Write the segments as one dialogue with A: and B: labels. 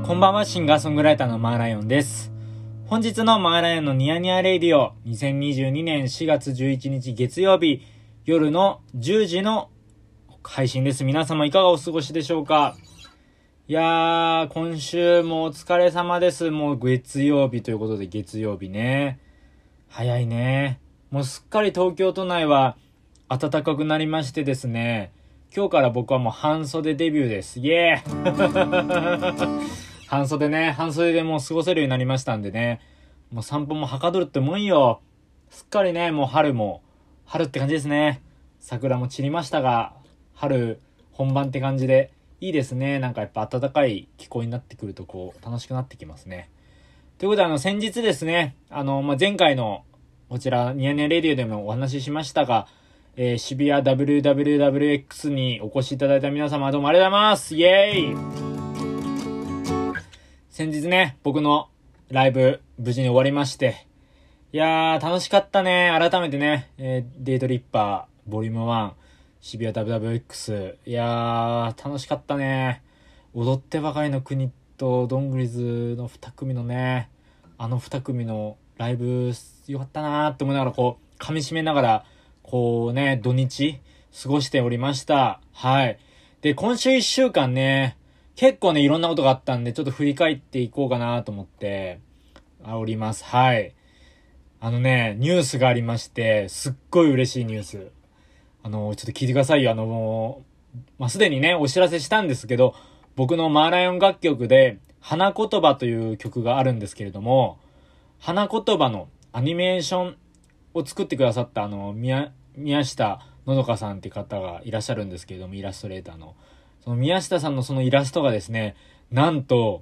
A: こんばんは、シンガーソングライターのマーライオンです。本日のマーライオンのニヤニヤレイディオ、2022年4月11日月曜日夜の10時の配信です。皆様いかがお過ごしでしょうか。いやー、今週もお疲れ様です。もう月曜日ということで、月曜日ね。早いね。もうすっかり東京都内は暖かくなりましてですね、今日から僕はもう半袖デビューです。イエー半袖でもう過ごせるようになりましたんでね、もう散歩もはかどるってもんよ。すっかりね、もう春って感じですね。桜も散りましたが、春本番って感じでいいですね。なんかやっぱ暖かい気候になってくるとこう楽しくなってきますね。ということで先日ですね、前回のこちらニヤニヤレディオでもお話ししましたが、渋谷 WWWX にお越しいただいた皆様どうもありがとうございます。イエーイ。先日ね、僕のライブ無事に終わりまして、いやー楽しかったね。改めてね、デイトリッパーボリューム1渋谷 WWX、 いやー楽しかったね。踊ってばかりの国とどんぐりずの2組のね、2組のライブよかったなーって思いながらこう噛み締めながらこうね、土日過ごしておりました。はい。で、今週1週間ね、結構ね、いろんなことがあったんで、ちょっと振り返っていこうかなと思って、おります。はい。ニュースがありまして、すっごい嬉しいニュース。ちょっと聞いてくださいよ。すでにね、お知らせしたんですけど、僕のマーライオン楽曲で、花言葉という曲があるんですけれども、花言葉のアニメーションを作ってくださった宮下のどかさんって方がいらっしゃるんですけれども、イラストレーターの。その宮下さんのそのイラストがですね、なんと、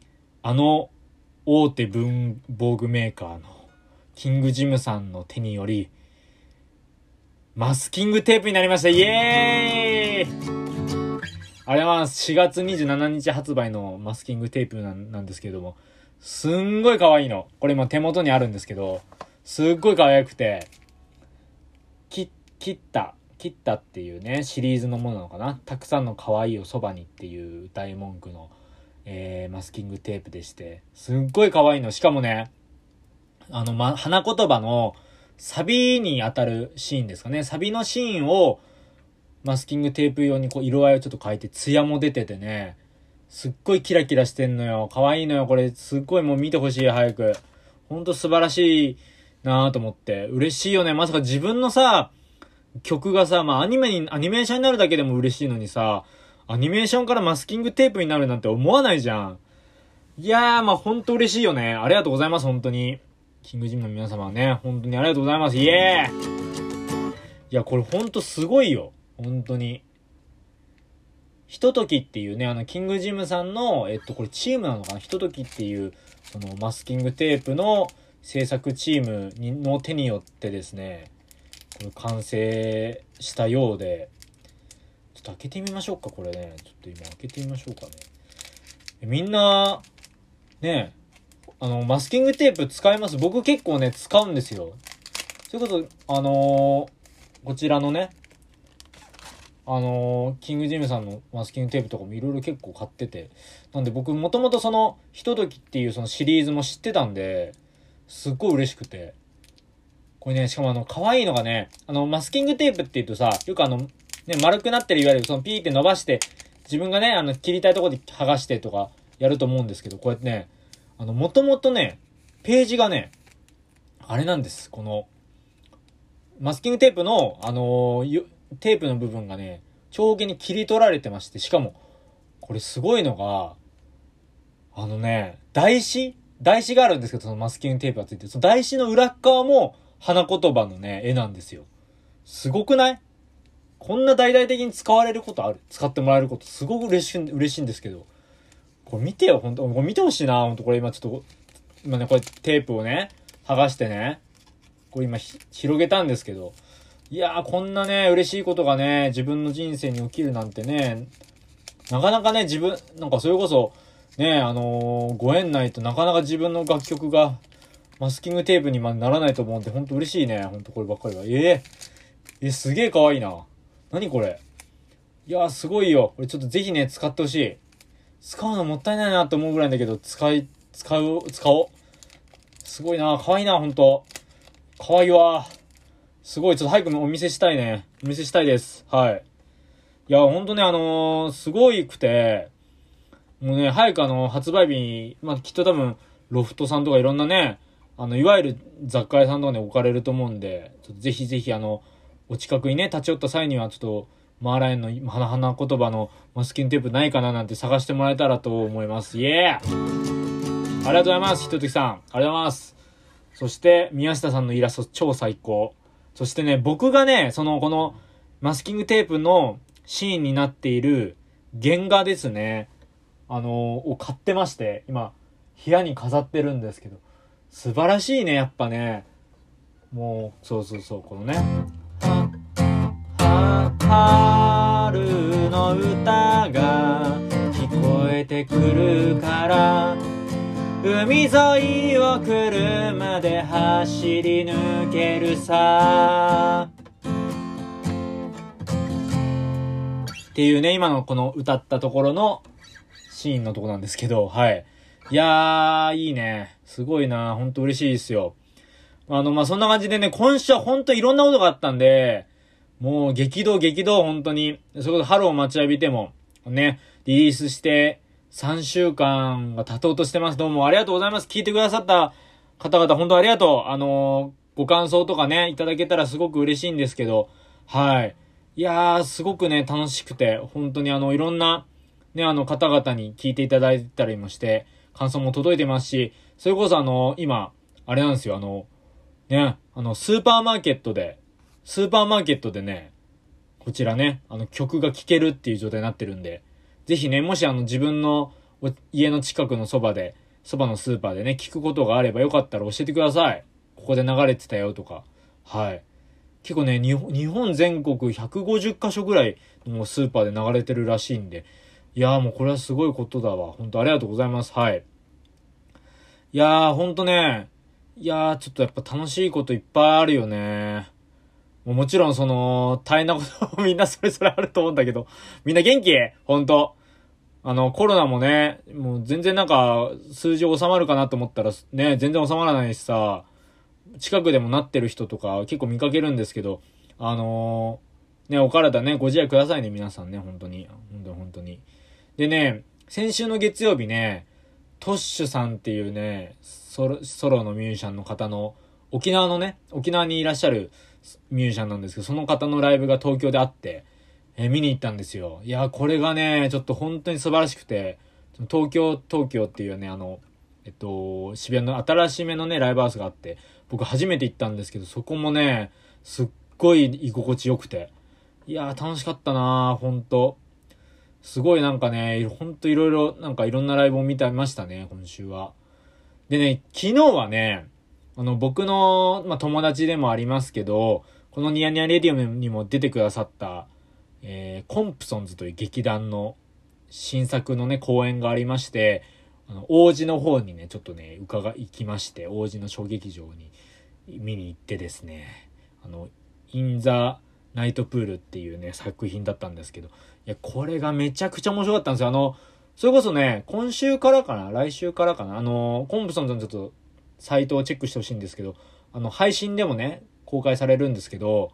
A: 大手文房具メーカーのキングジムさんの手により、マスキングテープになりました。イエーイ。あれは4月27日発売のマスキングテープなんですけれども、すんごい可愛いの。これ今手元にあるんですけど、すっごい可愛くて、切ったっていうね、シリーズのものなのかな。たくさんの可愛いをそばにっていう歌い文句の、マスキングテープでして、すっごい可愛いの。しかもね、花言葉のサビに当たるシーンですかね。サビのシーンをマスキングテープ用にこう色合いをちょっと変えてツヤも出ててね、すっごいキラキラしてんのよ。可愛いのよ。これすっごいもう見てほしい、早く。ほんと素晴らしいなぁと思って。嬉しいよね。まさか自分のさ、曲がさ、アニメーションになるだけでも嬉しいのにさ、アニメーションからマスキングテープになるなんて思わないじゃん。いやー、ほんと嬉しいよね。ありがとうございます、本当に。キングジムの皆様はね、本当にありがとうございます。イエーイ。いや、これほんとすごいよ。本当に。ひとときっていうね、キングジムさんの、これチームなのかな、ひとときっていう、そのマスキングテープの制作チームの手によってですね、これ完成したようで、ちょっと開けてみましょうか、これね。ちょっと今開けてみましょうかね。みんな、ね、マスキングテープ使います。僕結構ね、使うんですよ。そういうこと、こちらのね、キングジムさんのマスキングテープとかもいろいろ結構買ってて。なんで僕もともとその、ひとときっていうそのシリーズも知ってたんで、すっごい嬉しくて。これね、しかも可愛いのがね、マスキングテープって言うとさ、よく丸くなってるいわゆるそのピーって伸ばして、自分がね、切りたいところで剥がしてとかやると思うんですけど、こうやってね、もともとね、ページがね、あれなんです。この、マスキングテープの、テープの部分がね、上下に切り取られてまして、しかも、これすごいのが、台紙があるんですけど、そのマスキングテープがついてる、その台紙の裏側も、花言葉のね、絵なんですよ。すごくない？こんな大々的に使われることある？使ってもらえることすごく嬉しいんですけど。これ見てよ、ほんと。これ見てほしいな、ほんと。これ今ちょっと、今ね、これテープをね、剥がしてね、これ今広げたんですけど、いやー、こんなね、嬉しいことがね、自分の人生に起きるなんてね、なかなかね、なんかそれこそ、ね、ご縁ないとなかなか自分の楽曲が、マスキングテープにまでならないと思うんで、ほんと嬉しいね。ほんとこればっかりは。すげえ可愛いな。何これ。いやー、すごいよ。これちょっとぜひね、使ってほしい。 使うのもったいないなと思うぐらいだけど、使おう。すごいな、可愛いな、ほんと。可愛いわ。すごい、ちょっと早くお見せしたいね。お見せしたいです。はい。いや、ほんとね、すごいくて、もうね、早く発売日に、まあ、きっと多分、ロフトさんとかいろんなね、いわゆる雑貨屋さんとかに置かれると思うんで、ちょっとぜひぜひお近くにね、立ち寄った際には、ちょっと、マーライオンの花言葉のマスキングテープないかななんて探してもらえたらと思います。イエーありがとうございます。ひとときさん。ありがとうございます。そして、宮下さんのイラスト超最高。そしてね、僕がね、このマスキングテープのシーンになっている原画ですね。を買ってまして、今、部屋に飾ってるんですけど、素晴らしいね、やっぱね。もう、そう、このね。春の歌が聞こえてくるから海沿いを車で走り抜けるさっていうね、今のこの歌ったところのシーンのとこなんですけど、はい。いやー、いいね。すごいな。ほんと嬉しいですよ。まあ、そんな感じでね、今週はほんといろんなことがあったんで、もう激動、本当に。それこそ春を待ちわびても、ね、リリースして3週間が経とうとしてます。どうもありがとうございます。聞いてくださった方々、本当ありがとう。ご感想とかね、いただけたらすごく嬉しいんですけど、はい。いやー、すごくね、楽しくて、本当にいろんな、ね、方々に聞いていただいたりもして、感想も届いてますし、それこそ今、あれなんですよ、ね、スーパーマーケットでね、こちらね、曲が聴けるっていう状態になってるんで、ぜひね、もし自分の家の近くのそばのスーパーでね、聞くことがあればよかったら教えてください。ここで流れてたよとか。はい。結構ね、日本全国150カ所ぐらいのスーパーで流れてるらしいんで、いやーもうこれはすごいことだわ。本当ありがとうございます。はい。いやー、ほんとね、いやー、ちょっとやっぱ楽しいこといっぱいあるよね。もちろん大変なことみんなそれぞれあると思うんだけど、みんな元気？ほんと。コロナもね、もう全然なんか、数字収まるかなと思ったらね、全然収まらないしさ、近くでもなってる人とか結構見かけるんですけど、ね、お体ね、ご自愛くださいね、皆さんね、本当に。本当に。でね、先週の月曜日ね、トッシュさんっていうね、ソロのミュージシャンの方の、沖縄にいらっしゃるミュージシャンなんですけど、その方のライブが東京であって、見に行ったんですよ。いや、これがね、ちょっと本当に素晴らしくて、東京っていうね、渋谷の新しめのね、ライブハウスがあって、僕初めて行ったんですけど、そこもね、すっごい居心地よくて、いやー楽しかったなー、ほんと。すごいなんかね、ほんといろいろ、なんかいろんなライブを見てましたね、今週は。でね、昨日はね、僕の、友達でもありますけど、このニヤニヤレディオにも出てくださった、コンプソンズという劇団の新作のね、公演がありまして、王子の方にね、ちょっとね、行きまして、王子の小劇場に見に行ってですね、インザナイトプールっていうね、作品だったんですけど、いや、これがめちゃくちゃ面白かったんですよ。それこそね、来週からかなコンプソンズのちょっと、サイトをチェックしてほしいんですけど、配信でもね、公開されるんですけど、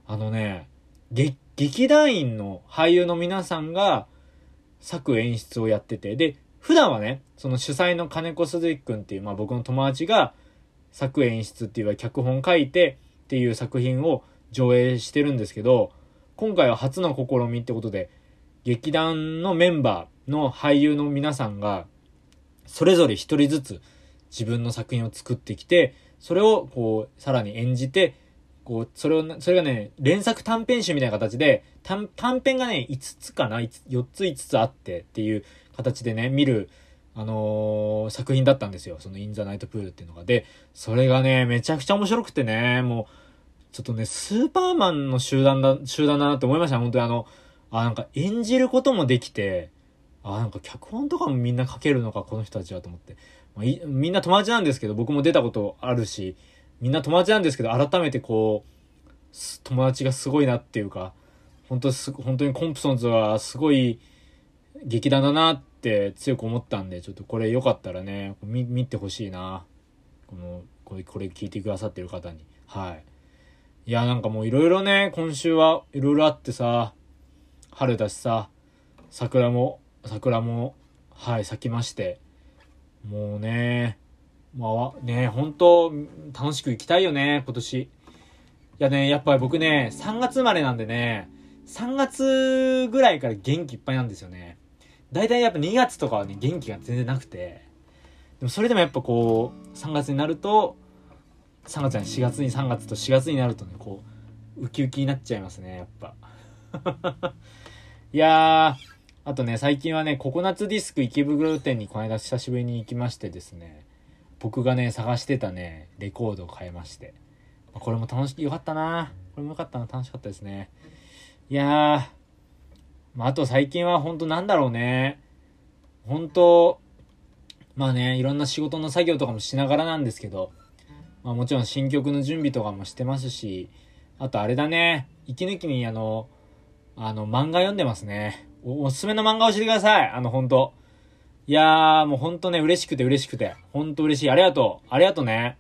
A: 劇団員の俳優の皆さんが作演出をやってて、で、普段はね、その主催の金子鈴木くんっていう、僕の友達が作演出っていう脚本書いてっていう作品を上映してるんですけど、今回は初の試みってことで、劇団のメンバーの俳優の皆さんが、それぞれ一人ずつ自分の作品を作ってきて、それをこう、さらに演じて、こう、それがね、連作短編集みたいな形で、短編がね、5つかな ?4 つ5つあってっていう形でね、見る、作品だったんですよ。そのインザナイトプールっていうのが。で、それがね、めちゃくちゃ面白くてね、もう、ちょっとね、スーパーマンの集団だなって思いました。本当になんか演じることもできて、なんか脚本とかもみんな書けるのか、この人たちはと思って。みんな友達なんですけど、僕も出たことあるし、みんな友達なんですけど、改めてこう、友達がすごいなっていうか、本当にコンプソンズはすごい劇団だなっって強く思ったんで、ちょっとこれよかったらね、見てほしいな。これ聞いてくださってる方に。はい。いや、なんかもういろいろね、今週はいろいろあってさ、春だしさ、桜も、はい、咲きまして。もうね、本当楽しく行きたいよね、今年。いやね、やっぱり僕ね、3月生まれなんでね、3月ぐらいから元気いっぱいなんですよね。だいたいやっぱ2月とかはね、元気が全然なくて。でもそれでもやっぱこう、3月になると、4月と4月になるとね、こう、ウキウキになっちゃいますね、やっぱ。いやー、あとね、最近はね、ココナッツディスク池袋店にこの間久しぶりに行きましてですね、僕がね、探してたね、レコードを買いまして。これもよかったな。楽しかったですね。いやー、あと最近は本当なんだろうね。本当まあね、いろんな仕事の作業とかもしながらなんですけど、まあもちろん新曲の準備とかもしてますし、あとあれだね、息抜きに漫画読んでますね。おすすめの漫画教えてください。本当いやー、もう本当ね、嬉しくて。本当嬉しい。ありがとうね。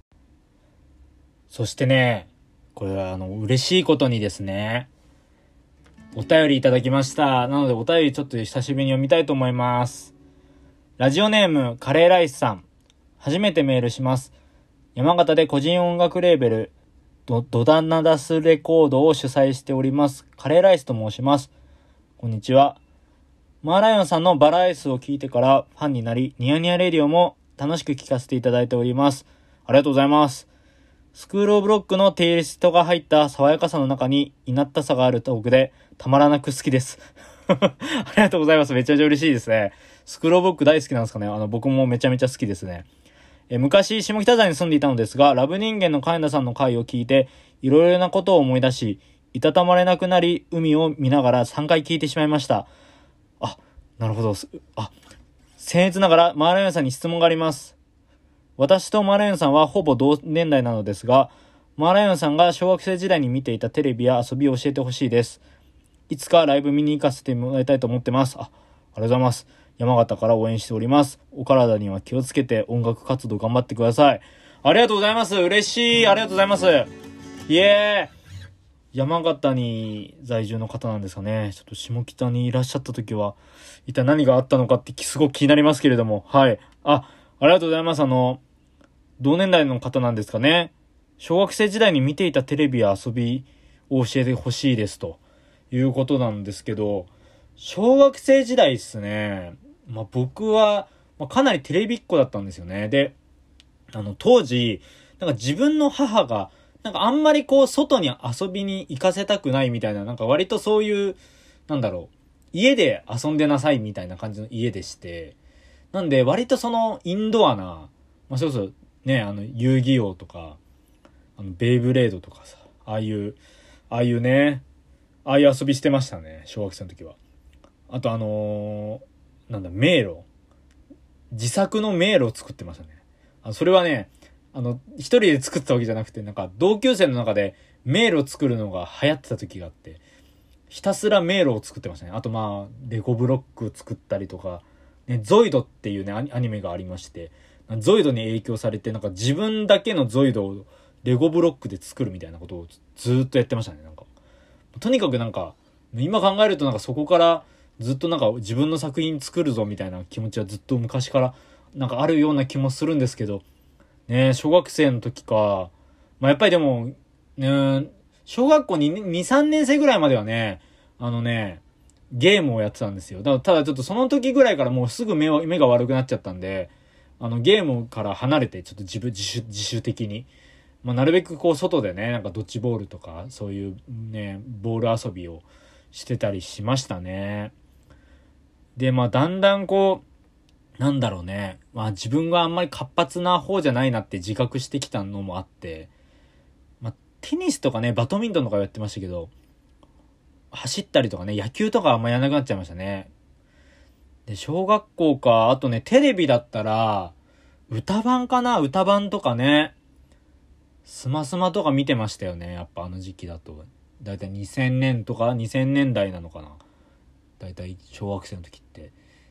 A: そしてね、これは嬉しいことにですね、お便りいただきました。なのでお便りちょっと久しぶりに読みたいと思います。ラジオネームカレーライスさん。初めてメールします。山形で個人音楽レーベルドダナダスレコードを主催しておりますカレーライスと申します。こんにちは。マーライオンさんのバラアイスを聞いてからファンになり、ニヤニヤレディオも楽しく聞かせていただいております。ありがとうございます。スクールオブロックのテイストが入った爽やかさの中にいなったさがあるトークでたまらなく好きです。ありがとうございます。めちゃめちゃ嬉しいですね。スクールオブロック大好きなんですかね。僕もめちゃめちゃ好きですね。昔下北沢に住んでいたのですが、ラブ人間の金田さんの回を聞いていろいろなことを思い出し、いたたまれなくなり海を見ながら3回聞いてしまいました。なるほど。僭越ながらマーライオンさんに質問があります。私とマーライオンさんはほぼ同年代なのですが、マーライオンさんが小学生時代に見ていたテレビや遊びを教えてほしいです。いつかライブ見に行かせてもらいたいと思ってます。ありがとうございます。山形から応援しております。お体には気をつけて音楽活動頑張ってください。ありがとうございます。嬉しい。ありがとうございます。イエーイ。山形に在住の方なんですかね。ちょっと下北にいらっしゃった時は一体何があったのかってすごく気になりますけれども。はい。ありがとうございます。同年代の方なんですかね。小学生時代に見ていたテレビや遊びを教えてほしいですということなんですけど、小学生時代ですね。僕は、かなりテレビっ子だったんですよね。で、当時、なんか自分の母が、なんかあんまりこう外に遊びに行かせたくないみたいな、なんか割とそういう、家で遊んでなさいみたいな感じの家でして、なんで割とそのインドアな、それこそね、遊戯王とか、ベイブレードとかさ、ああいうね、ああいう遊びしてましたね、小学生の時は。あと迷路。自作の迷路を作ってましたね。それはね、一人で作ったわけじゃなくて、なんか同級生の中で迷路を作るのが流行ってた時があって、ひたすら迷路を作ってましたね。あとレゴブロック作ったりとか、ね、ゾイドっていうね、アニメがありまして、ゾイドに影響されて、なんか自分だけのゾイドをレゴブロックで作るみたいなことをずーっとやってましたね、なんか。とにかくなんか、今考えるとなんかそこからずっとなんか自分の作品作るぞみたいな気持ちはずっと昔からなんかあるような気もするんですけど、ね、小学生の時か、やっぱりでも、小学校に2、3年生ぐらいまではね、ゲームをやってたんですよ。ただちょっとその時ぐらいからもうすぐ目が悪くなっちゃったんで、ゲームから離れてちょっと自主的に、なるべくこう外でね、なんかドッジボールとかそういうね、ボール遊びをしてたりしましたね。で、だんだんこう、自分があんまり活発な方じゃないなって自覚してきたのもあって、テニスとかね、バドミントンとかやってましたけど、走ったりとかね、野球とかあんまやらなくなっちゃいましたね。で、小学校か、あとね、テレビだったら、歌番とかね、スマスマとか見てましたよね、やっぱあの時期だと。だいたい2000年とか2000年代なのかな。だいたい小学生の時って。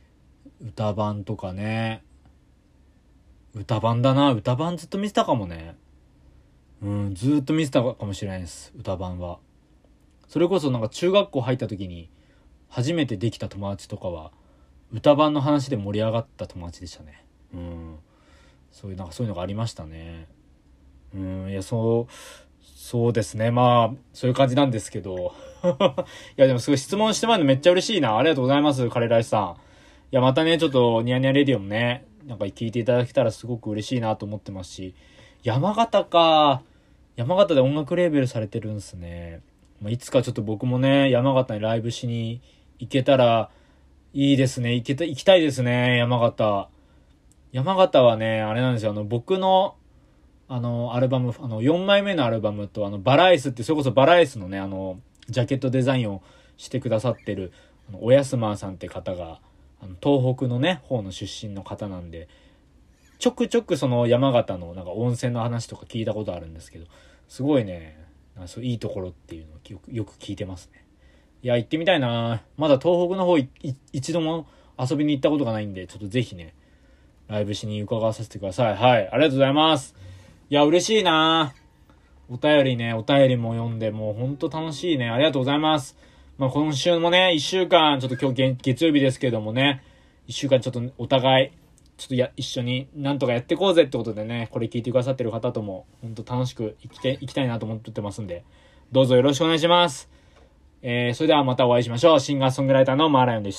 A: 歌番とかね。歌番だな。歌番ずっと見てたかもね。ずっと見てたかもしれないです。歌番は。それこそなんか中学校入った時に初めてできた友達とかは歌番の話で盛り上がった友達でしたね。そういうのがありましたね。いや、そうですね。まあ、そういう感じなんですけど。いや、でもすごい質問してもらうのめっちゃ嬉しいな。ありがとうございます、カレーライスさん。いや、またね、ちょっとニヤニヤレディオもね、なんか聞いていただけたらすごく嬉しいなと思ってますし、山形か。山形で音楽レーベルされてるんですね。まあ、いつかちょっと僕もね、山形にライブしに行けたらいいですね。行きたいですね、山形。山形はね、あれなんですよ。僕のアルバム、4枚目のアルバムと、バラエスって、それこそバラエスのね、ジャケットデザインをしてくださってる、おやすまーさんって方が、東北のね、方の出身の方なんで、ちょくちょくその山形のなんか温泉の話とか聞いたことあるんですけど、すごいね、そういいところっていうのをよく聞いてますね。いや、行ってみたいな。まだ東北の方一度も遊びに行ったことがないんで、ちょっとぜひね、ライブしに伺わさせてください。はい、ありがとうございます。いや、嬉しいな。お便りも読んで、もうほんと楽しいね。ありがとうございます。まあ今週もね、1週間、ちょっと今日月曜日ですけどもね、1週間ちょっとお互い、ちょっと一緒になんとかやっていこうぜってことでね、これ聞いてくださってる方とも、ほんと楽しく生きたいなと思ってますんで、どうぞよろしくお願いします。それではまたお会いしましょう。シンガーソングライターのマーライオンでした。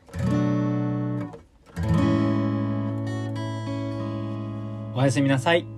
A: おやすみなさい。